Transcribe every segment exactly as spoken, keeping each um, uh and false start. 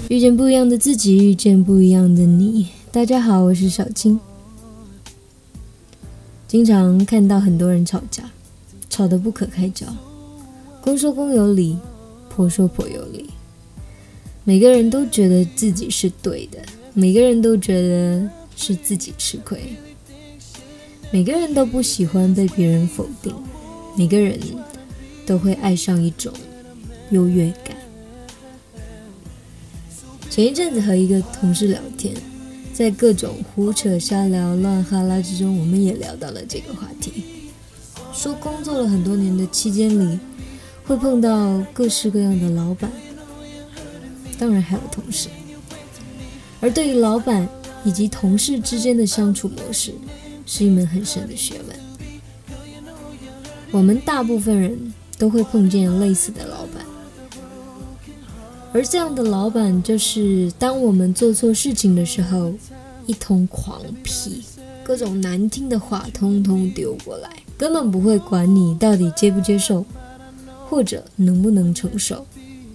遇见不一样的自己，遇见不一样的你。大家好，我是小金。经常看到很多人吵架，吵得不可开交，公说公有理，婆说婆有理。每个人都觉得自己是对的，每个人都觉得是自己吃亏，每个人都不喜欢被别人否定，每个人都会爱上一种优越感。前一阵子和一个同事聊天，在各种胡扯瞎聊乱哈拉之中，我们也聊到了这个话题，说工作了很多年的期间里，会碰到各式各样的老板，当然还有同事，而对于老板以及同事之间的相处模式，是一门很深的学问。我们大部分人都会碰见类似的老板，而这样的老板就是当我们做错事情的时候，一通狂批，各种难听的话通通丢过来，根本不会管你到底接不接受，或者能不能承受。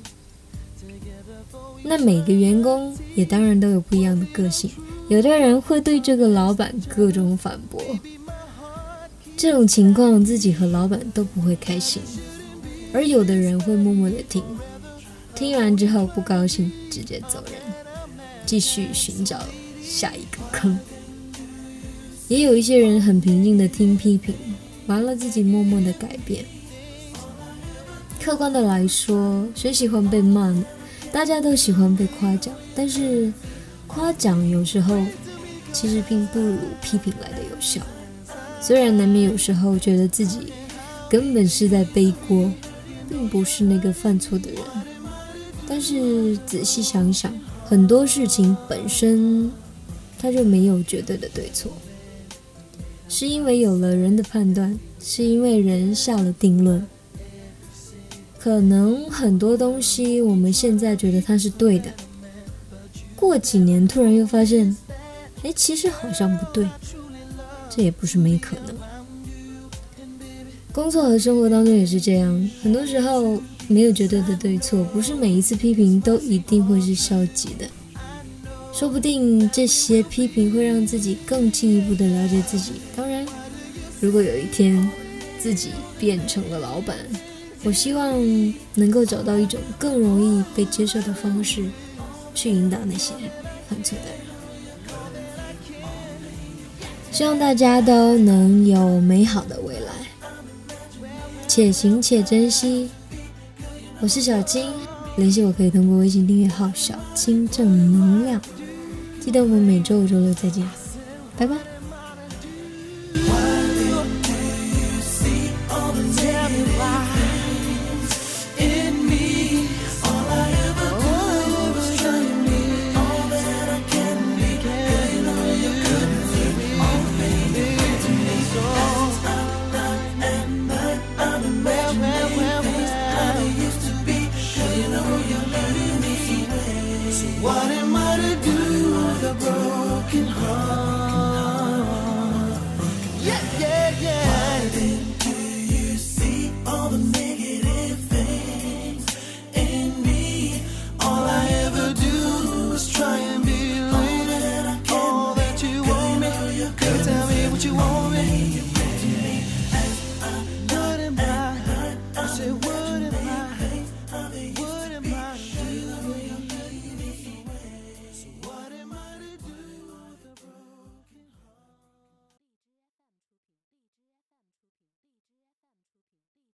那每个员工也当然都有不一样的个性，有的人会对这个老板各种反驳，这种情况自己和老板都不会开心，而有的人会默默的听，听完之后不高兴直接走人，继续寻找下一个坑。也有一些人很平静的听批评，完了自己默默的改变。客观的来说，谁喜欢被骂呢？大家都喜欢被夸奖，但是夸奖有时候其实并不如批评来的有效。虽然难免有时候觉得自己根本是在背锅，并不是那个犯错的人，但是仔细想想，很多事情本身它就没有绝对的对错，是因为有了人的判断，是因为人下了定论。可能很多东西我们现在觉得它是对的，过几年突然又发现，诶，其实好像不对，这也不是没可能。工作和生活当中也是这样，很多时候没有绝对的对错，不是每一次批评都一定会是消极的，说不定这些批评会让自己更进一步的了解自己。当然，如果有一天自己变成了老板，我希望能够找到一种更容易被接受的方式，去引导那些犯错的人。希望大家都能有美好的未来，且行且珍惜。我是小金，联系我可以通过微信订阅号小金正能量。记得我们每周五周六再见，拜拜。